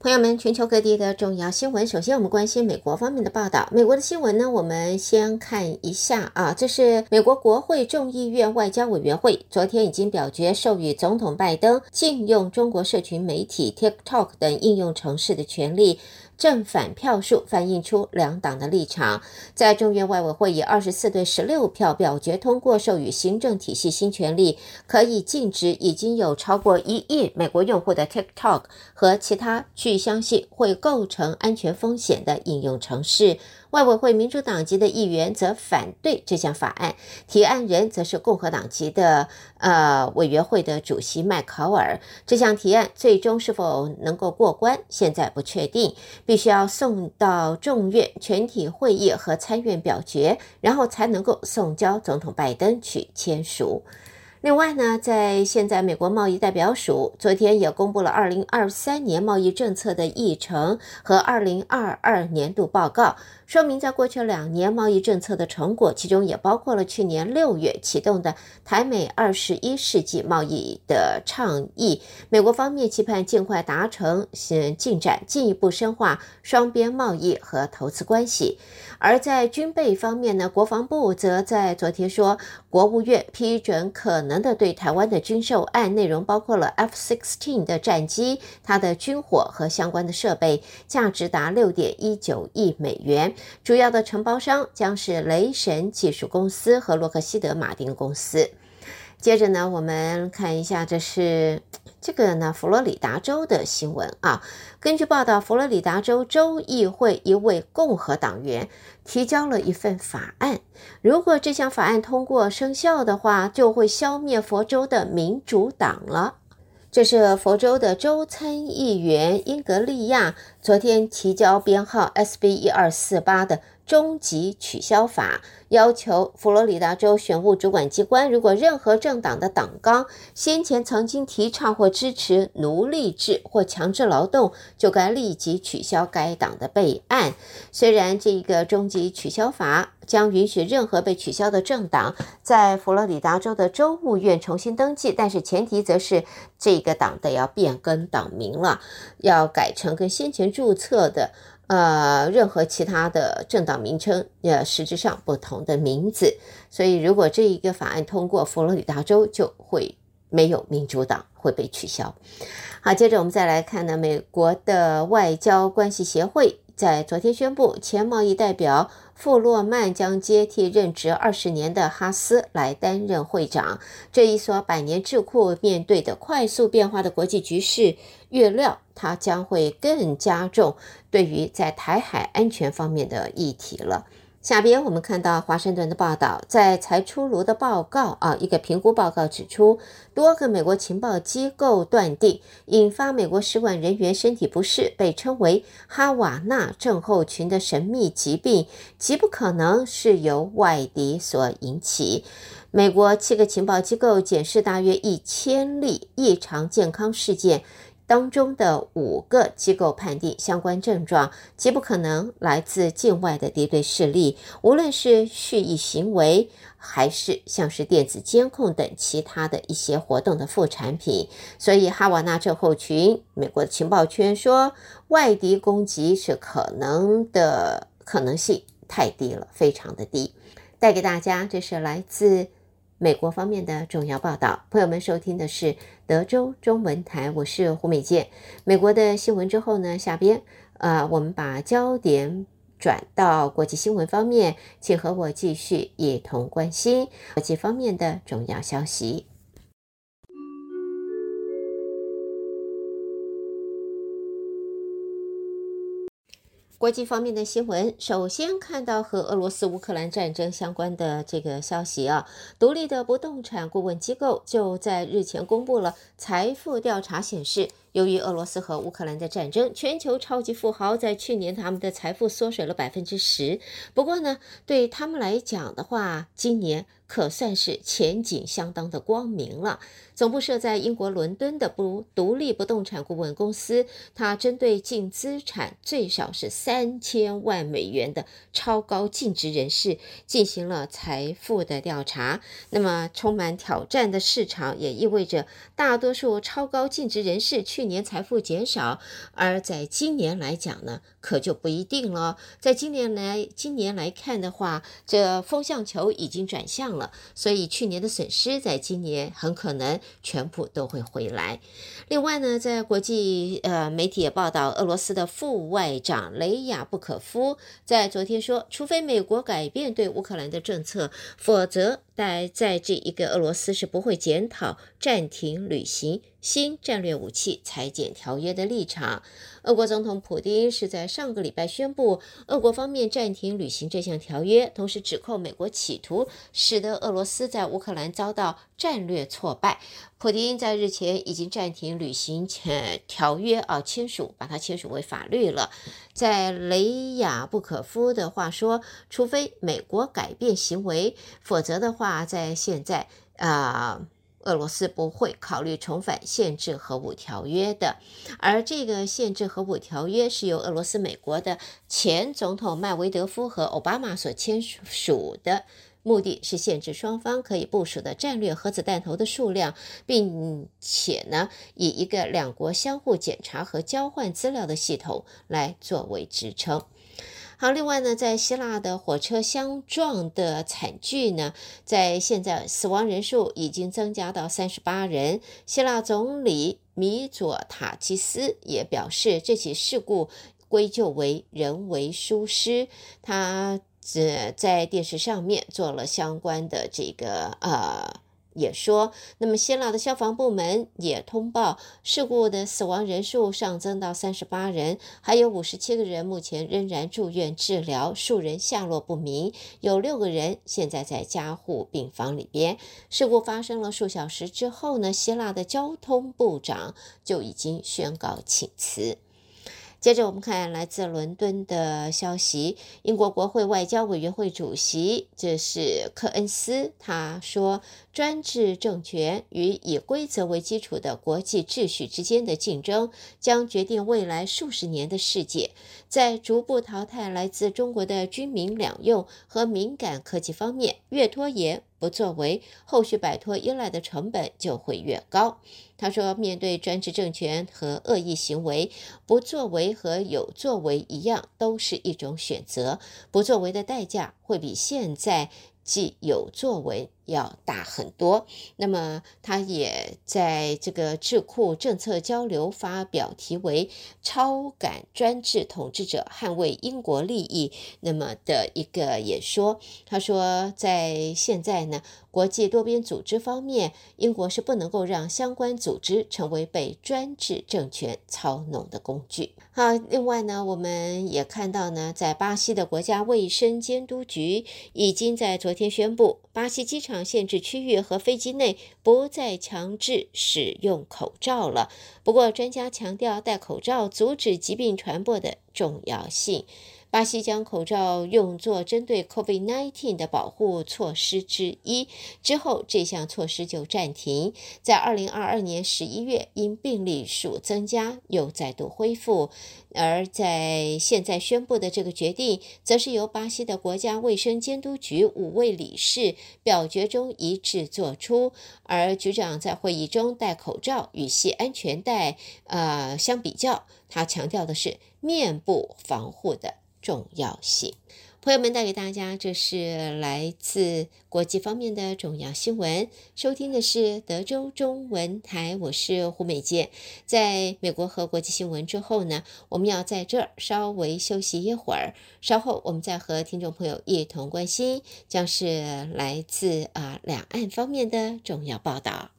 朋友们，全球各地的重要新闻，首先我们关心美国方面的报道。美国的新闻呢，我们先看一下啊，这是美国国会众议院外交委员会昨天已经表决授予总统拜登禁用中国社群媒体 TikTok 等应用程式的权利。正反票数反映出两党的立场，在众院外委会以24对16票表决通过授予行政体系新权利，可以禁止已经有超过1亿美国用户的 TikTok 和其他据相信会构成安全风险的应用程式。外委会民主党籍的议员则反对这项法案，提案人则是共和党籍的委员会的主席麦考尔。这项提案最终是否能够过关，现在不确定，必须要送到众院全体会议和参院表决，然后才能够送交总统拜登去签署。另外呢，在现在美国贸易代表署昨天也公布了2023年贸易政策的议程和2022年度报告，说明在过去2年贸易政策的成果，其中也包括了去年6月启动的台美21世纪贸易的倡议。美国方面期盼尽快达成进展，进一步深化双边贸易和投资关系。而在军备方面呢，国防部则在昨天说，国务院批准可能的对台湾的军售案，内容包括了 F-16 的战机，它的军火和相关的设备，价值达6.19亿美元。主要的承包商将是雷神技术公司和洛克希德马丁公司。接着呢，我们看一下，这个呢，佛罗里达州的新闻啊。根据报道，佛罗里达州州议会一位共和党员提交了一份法案，如果这项法案通过生效的话，就会消灭佛州的民主党了。这是佛州的州参议员英格利亚昨天提交编号 SB1248 的终极取消法，要求佛罗里达州选务主管机关，如果任何政党的党纲先前曾经提倡或支持奴隶制或强制劳动，就该立即取消该党的备案。虽然这个终极取消法将允许任何被取消的政党在佛罗里达州的州务院重新登记，但是前提则是这个党得要变更党名了，要改成跟先前注册的任何其他的政党名称实质上不同的名字。所以如果这一个法案通过，佛罗里达州就会没有民主党，会被取消。好，接着我们再来看呢，美国的外交关系协会在昨天宣布，前贸易代表傅洛曼将接替任职20年的哈斯来担任会长。这一所百年智库面对的快速变化的国际局势，预料它将会更加重对于在台海安全方面的议题了。下边我们看到华盛顿的报道，在才出炉的报告一个评估报告指出，多个美国情报机构断定引发美国使馆人员身体不适，被称为哈瓦那症候群的神秘疾病，极不可能是由外敌所引起。美国7个情报机构检视大约1000例异常健康事件，当中的5个机构判定相关症状极不可能来自境外的敌对势力，无论是蓄意行为还是像是电子监控等其他的一些活动的副产品。所以哈瓦那症候群，美国的情报圈说外敌攻击是可能的可能性太低了，非常的低。带给大家，这是来自美国方面的重要报道。朋友们收听的是德州中文台，我是胡美健。美国的新闻之后呢，下边我们把焦点转到国际新闻方面，请和我继续一同关心国际方面的重要消息。国际方面的新闻，首先看到和俄罗斯乌克兰战争相关的这个消息啊，独立的不动产顾问机构就在日前公布了财富调查显示，由于俄罗斯和乌克兰的战争，全球超级富豪在去年他们的财富缩水了10%。不过呢，对他们来讲的话，今年可算是前景相当的光明了。总部设在英国伦敦的独立不动产顾问公司，它针对净资产最少是3000万美元的超高净值人士进行了财富的调查。那么充满挑战的市场也意味着大多数超高净值人士去年财富减少，而在今年来讲呢，可就不一定了。在今年来看的话，这风向球已经转向了，所以去年的损失在今年很可能全部都会回来。另外呢，在国际媒体也报道，俄罗斯的副外长雷亚布可夫在昨天说，除非美国改变对乌克兰的政策，否则在这一个俄罗斯是不会检讨暂停履行新战略武器裁减条约的立场。俄国总统普丁是在上个礼拜宣布，俄国方面暂停履行这项条约，同时指控美国企图使得俄罗斯在乌克兰遭到战略挫败。普丁在日前已经暂停履行条约签署，把它签署为法律了。在雷亚布可夫的话说，除非美国改变行为，否则的话，在现在俄罗斯不会考虑重返限制核武条约的。而这个限制核武条约是由俄罗斯、美国的前总统麦维德夫和奥巴马所签署的，目的是限制双方可以部署的战略核子弹头的数量，并且呢，以一个两国相互检查和交换资料的系统来作为支撑。好，另外呢，在希腊的火车相撞的惨剧呢，在现在死亡人数已经增加到38人。希腊总理米佐塔基斯也表示，这起事故归咎为人为疏失。他在电视上面做了相关的这个也说，那么希腊的消防部门也通报事故的死亡人数上增到38人，还有57个人目前仍然住院治疗，数人下落不明，有6个人现在在加护病房里边。事故发生了数小时之后呢，希腊的交通部长就已经宣告请辞。接着我们看来自伦敦的消息，英国国会外交委员会主席，这是克恩斯，他说，专制政权与以规则为基础的国际秩序之间的竞争将决定未来数十年的世界。在逐步淘汰来自中国的军民两用和敏感科技方面，越拖延不作为，后续摆脱依赖的成本就会越高。他说，面对专制政权和恶意行为，不作为和有作为一样，都是一种选择。不作为的代价会比现在既有作为要大很多。那么他也在这个智库政策交流发表题为超感专制统治者捍卫英国利益那么的一个演说。他说，在现在呢，国际多边组织方面，英国是不能够让相关组织成为被专制政权操弄的工具。好，另外呢，我们也看到呢，在巴西的国家卫生监督局已经在昨天宣布，巴西机场限制区域和飞机内不再强制使用口罩了。不过，专家强调戴口罩阻止疾病传播的重要性。巴西将口罩用作针对 COVID-19 的保护措施之一，之后这项措施就暂停，在2022年11月因病例数增加又再度恢复。而在现在宣布的这个决定，则是由巴西的国家卫生监督局5位理事表决中一致做出，而局长在会议中戴口罩与系安全带相比较，他强调的是面部防护的重要性。朋友们，带给大家这是来自国际方面的重要新闻，收听的是德州中文台，我是胡美健。在美国和国际新闻之后呢，我们要在这儿稍微休息一会儿，稍后我们再和听众朋友一同关心将是来自两岸方面的重要报道。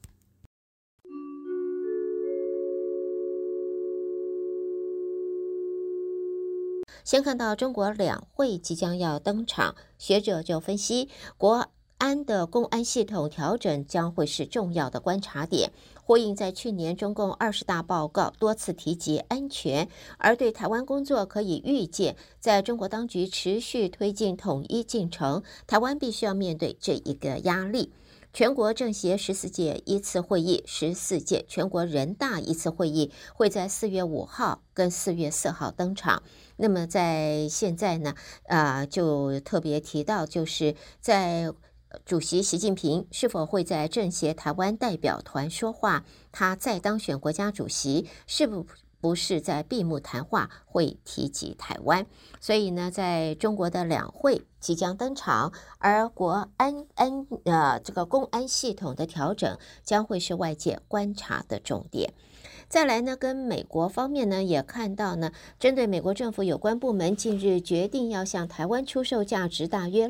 先看到中国两会即将要登场，学者就分析，国安的公安系统调整将会是重要的观察点，呼应在去年中共20大报告多次提及安全，而对台湾工作可以预见，在中国当局持续推进统一进程，台湾必须要面对这一个压力。全国政协14届一次会议、14届全国人大一次会议会在4月5号跟4月4号登场。那么在现在呢，就特别提到，就是在主席习近平是否会在政协台湾代表团说话，他再当选国家主席是不是在闭幕谈话会提及台湾。所以呢，在中国的两会即将登场，而这个公安系统的调整将会是外界观察的重点。再来呢，跟美国方面呢也看到呢，针对美国政府有关部门近日决定要向台湾出售价值大约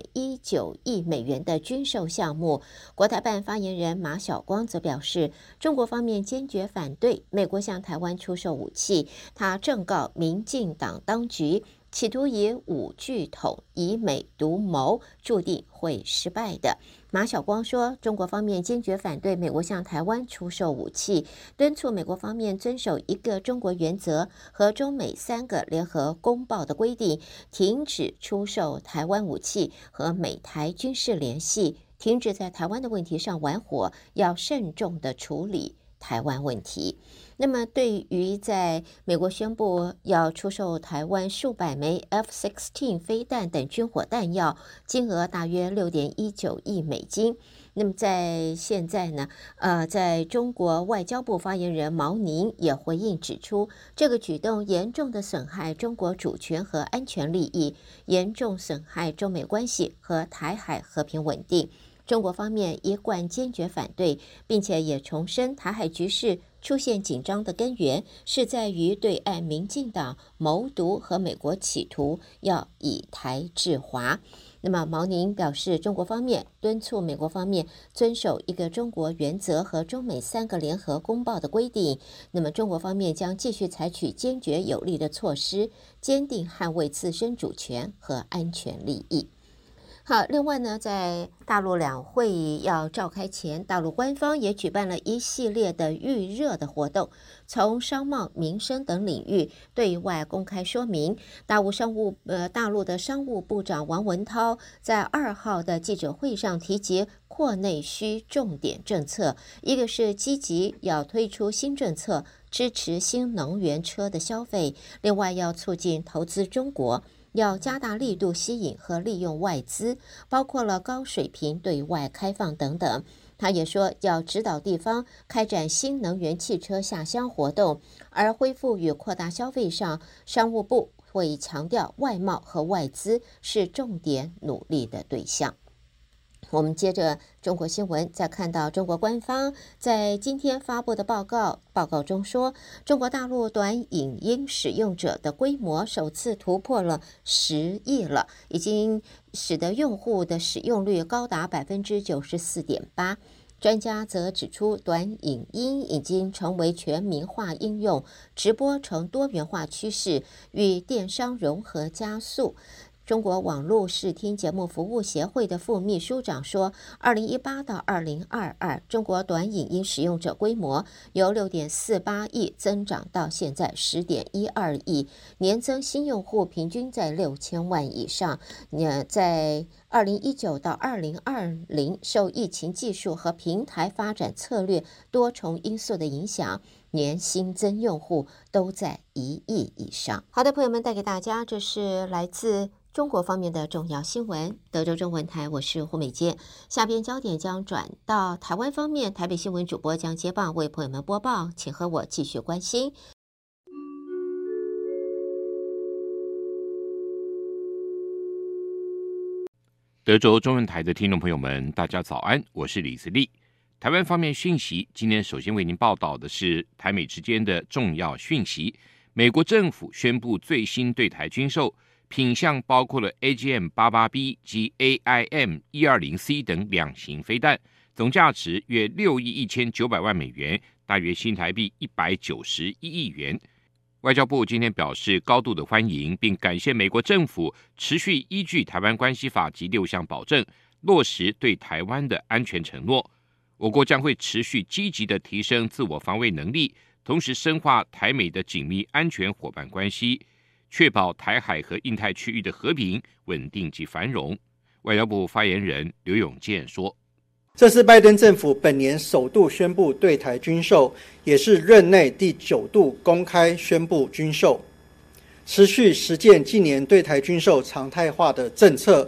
6.19亿美元的军售项目，国台办发言人马晓光则表示，中国方面坚决反对美国向台湾出售武器，他正告民进党当局，企图以武拒统、以美独谋，注定会失败的。马晓光说，中国方面坚决反对美国向台湾出售武器，敦促美国方面遵守一个中国原则和中美3个联合公报的规定，停止出售台湾武器和美台军事联系，停止在台湾的问题上玩火，要慎重地处理台湾问题。那么对于在美国宣布要出售台湾数百枚 F-16 飞弹等军火弹药，金额大约6.19亿美金。那么在现在呢，在中国外交部发言人毛宁也回应指出，这个举动严重的损害中国主权和安全利益，严重损害中美关系和台海和平稳定。中国方面一贯坚决反对，并且也重申台海局势出现紧张的根源是在于对岸民进党谋独和美国企图要以台制华。那么毛宁表示，中国方面敦促美国方面遵守一个中国原则和中美3个联合公报的规定，那么中国方面将继续采取坚决有力的措施，坚定捍卫自身主权和安全利益。好，另外呢，在大陆两会要召开前，大陆官方也举办了一系列的预热的活动，从商贸、民生等领域对外公开说明。大陆的商务部长王文涛在2号的记者会上提及扩内需重点政策，一个是积极要推出新政策，支持新能源车的消费，另外要促进投资中国，要加大力度吸引和利用外资，包括了高水平对外开放等等。他也说要指导地方开展新能源汽车下乡活动，而恢复与扩大消费上，商务部会强调外贸和外资是重点努力的对象。我们接着中国新闻，再看到中国官方在今天发布的报告中说，中国大陆短影音使用者的规模首次突破了10亿了，已经使得用户的使用率高达 94.8%。专家则指出，短影音已经成为全民化应用，直播成多元化趋势，与电商融合加速。中国网络视听节目服务协会的副秘书长说，2018到2022，中国短影音使用者规模由 6.48 亿增长到现在 10.12 亿，年增新用户平均在6000万以上。在2019到2020，受疫情技术和平台发展策略多重因素的影响，年新增用户都在1亿以上。好的，朋友们，带给大家这是来自中国方面的重要新闻。德州中文台，我是胡美杰。下边焦点将转到台湾方面，台北新闻主播将接棒为朋友们播报，请和我继续关心。 德州中文台的听众朋友们，大家早安，我是李自立。台湾方面讯息，今天首先为您报道的是台美之间的重要讯息。美国政府宣布最新对台军售，品项包括了 AGM-88B 及 AIM-120C 等2型飞弹，总价值约6亿1900万美元，大约新台币191亿元。外交部今天表示高度的欢迎，并感谢美国政府持续依据台湾关系法及6项保证，落实对台湾的安全承诺。我国将会持续积极的提升自我防卫能力，同时深化台美的紧密安全伙伴关系，确保台海和印太区域的和平、稳定及繁荣。外交部发言人刘永健说， 这是拜登政府本年首度宣布对台军售，也是任内第9度公开宣布军售，持续实践近年对台军售常态化的政策，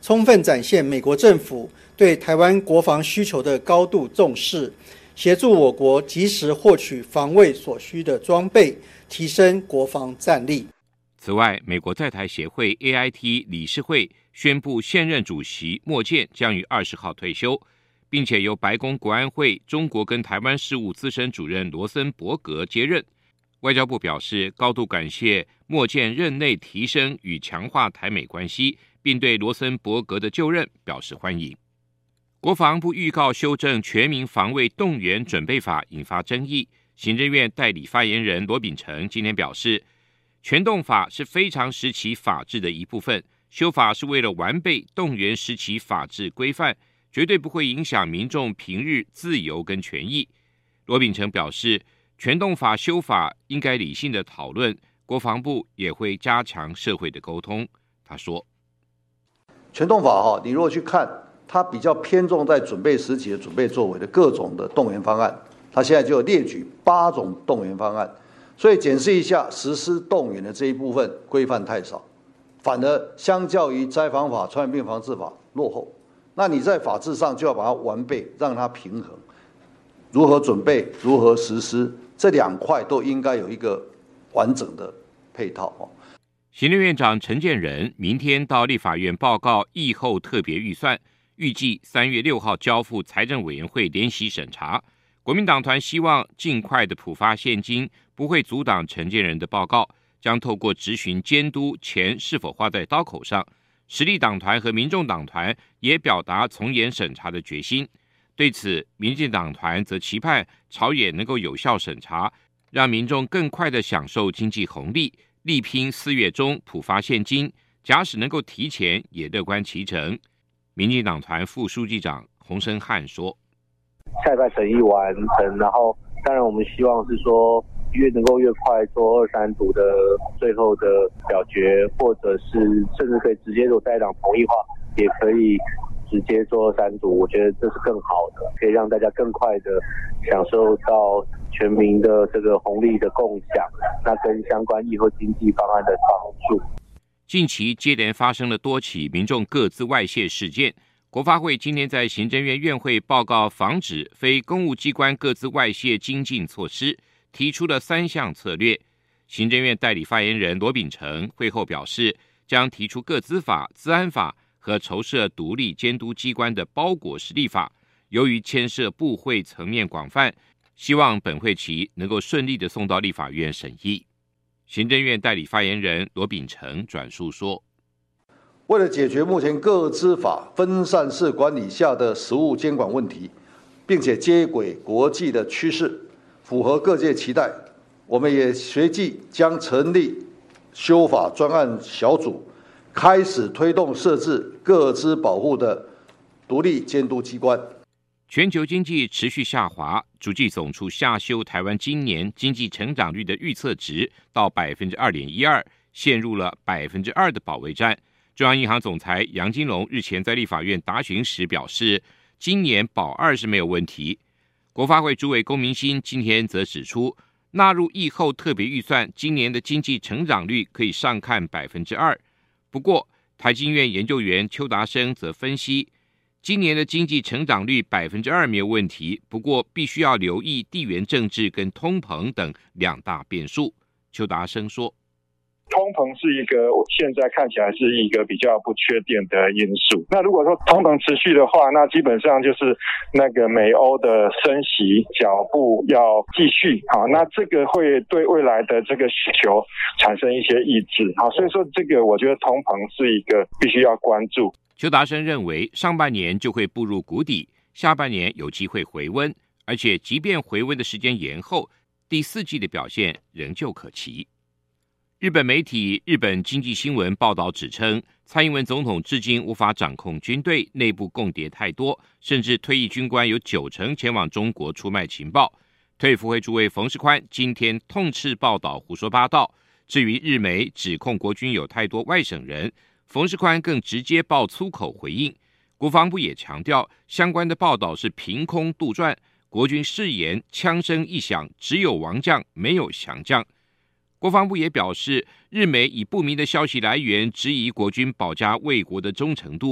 充分展现美国政府对台湾国防需求的高度重视，协助我国及时获取防卫所需的装备，提升国防战力。 此外，美国在台协会 AIT 理事会宣布，现任主席莫健将于20号退休，并且由白宫国安会中国跟台湾事务资深主任罗森伯格接任。外交部表示，高度感谢莫健任内提升与强化台美关系，并对罗森伯格的就任表示欢迎。国防部预告修正《全民防卫动员准备法》，引发争议。行政院代理发言人罗秉成今天表示，全动法是非常时期法治的一部分，修法是为了完备动员时期法治规范，绝对不会影响民众平日自由跟权益。罗秉成表示，全动法修法应该理性的讨论，国防部也会加强社会的沟通。他说， 全动法你如果去看，它比较偏重在准备时期的准备作为的各种的动员方案，它现在就有列举8种动员方案，所以检视一下实施动员的这一部分规范太少，反而相较于灾防法、传染病防治法落后。那你在法制上就要把它完备，让它平衡，如何准备、如何实施，这2块都应该有一个完整的配套。 行政院长陈建仁明天到立法院报告疫后特别预算，预计3月6号交付财政委员会联席审查。国民党团希望尽快的普发现金，不会阻挡陈建仁的报告，将透过质询监督钱是否花在刀口上。时力党团和民众党团也表达从严审查的决心。对此，民进党团则期盼朝野能够有效审查，让民众更快的享受经济红利，力拼4月中普发现金，假使能够提前，也乐观其成。民进党团副书记长洪申翰说， 下礼拜审议完成，然后当然我们希望是说越能够越快做2、3读的最后的表决，或者是甚至可以直接如果在党同意化，也可以直接做3读，我觉得这是更好的，可以让大家更快的享受到全民的这个红利的共享，那跟相关疫后经济方案的帮助。 近期接连发生了多起民众各自外泄事件，国发会今天在行政院院会报告防止非公务机关各自外泄精进措施，提出了3项策略。行政院代理发言人罗秉成会后表示，将提出个资法、资安法和筹设独立监督机关的包裹式立法。由于牵涉部会层面广泛，希望本会期能够顺利的送到立法院审议。行政院代理发言人罗秉成转述说， 为了解决目前各资法分散式管理下的实务监管问题，并且接轨国际的趋势，符合各界期待，我们也随即将成立修法专案小组，开始推动设置各资保护的独立监督机关。 全球经济持续下滑，主计总处下修台湾今年经济成长率的预测值到 2.12%， 陷入了 2% 的保卫战。中央银行总裁杨金龙日前在立法院答询时表示，今年保2是没有问题。国发会主委龚明鑫今天则指出，纳入疫后特别预算，今年的经济成长率可以上看 2%。不过，台经院研究员邱达生则分析，今年的经济成长率 2% 没有问题，不过必须要留意地缘政治跟通膨等2大变数。邱达生说， 通膨是一个现在看起来是一个比较不确定的因素。那如果说通膨持续的话，那基本上就是那个美欧的升息脚步要继续，好，那这个会对未来的这个需求产生一些抑制，好，所以说这个我觉得通膨是一个必须要关注。 邱达生认为，上半年就会步入谷底，下半年有机会回温，而且即便回温的时间延后，第4季的表现仍旧可期。日本媒体日本经济新闻报道指称，蔡英文总统至今无法掌控军队，内部共谍太多，甚至退役军官有90%前往中国出卖情报。退辅会主委冯世宽今天痛斥报道胡说八道。至于日媒指控国军有太多外省人，冯世宽更直接爆粗口回应。国防部也强调，相关的报道是凭空杜撰，国军誓言枪声一响，只有亡将没有降将。国防部也表示，日媒以不明的消息来源质疑国军保家卫国的忠诚度，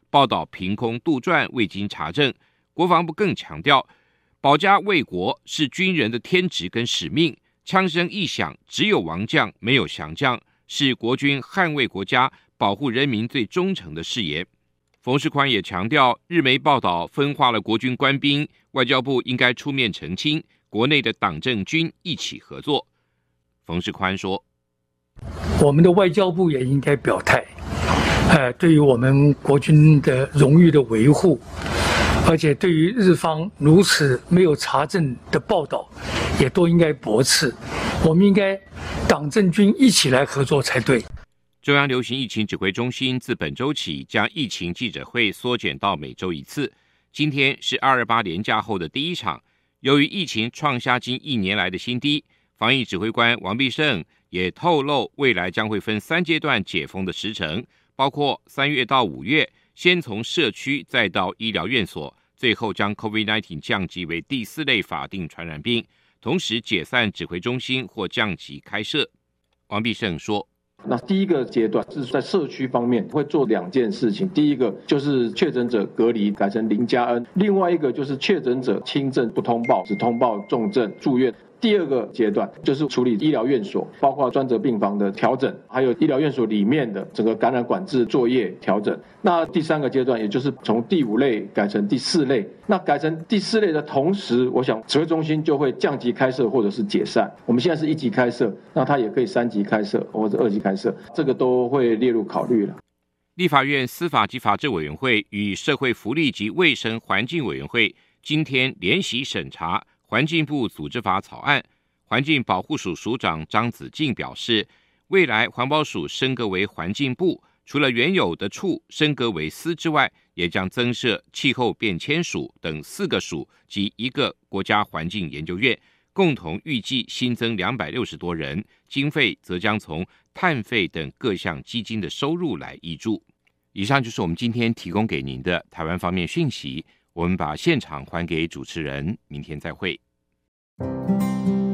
报道凭空杜撰，未经查证。国防部更强调，保家卫国是军人的天职跟使命，枪声一响，只有王将，没有降将，是国军捍卫国家、保护人民最忠诚的誓言。冯世宽也强调，日媒报道分化了国军官兵，外交部应该出面澄清，国内的党政军一起合作。冯世宽说， 我们的外交部也应该表态，对于我们国军的荣誉的维护，而且对于日方如此没有查证的报道，也都应该驳斥。我们应该党政军一起来合作才对。 中央流行疫情指挥中心自本周起将疫情记者会缩减到每周一次。今天是228连假后的第一场，由于疫情创下近1年来的新低，防疫指挥官王必胜也透露，未来将会分3阶段解封的时程，包括3月到5月，先从社区再到医疗院所，最后将 COVID-19 降级为第4类法定传染病，同时解散指挥中心或降级开设。王必胜说， 那第一个阶段是在社区方面会做2件事情，第一个就是确诊者隔离改成0+N， 另外一个就是确诊者轻症不通报，只通报重症住院。第二个阶段就是处理医疗院所，包括专责病房的调整，还有医疗院所里面的整个感染管制作业调整。那第3个阶段，也就是从第5类改成第4类。那改成第4类的同时，我想指挥中心就会降级开设或者是解散。我们现在是1级开设，那它也可以3级开设或者2级开设，这个都会列入考虑了。 立法院司法及法制委员会与社会福利及卫生环境委员会今天联席审查环境部组织法草案。环境保护署署长张子敬表示，未来环保署升格为环境部，除了原有的处升格为司之外，也将增设气候变迁署等4个署及1个国家环境研究院，共同预计新增260多人，经费则将从碳费等各项基金的收入来挹注。以上就是我们今天提供给您的台湾方面讯息，我们把现场还给主持人，明天再会。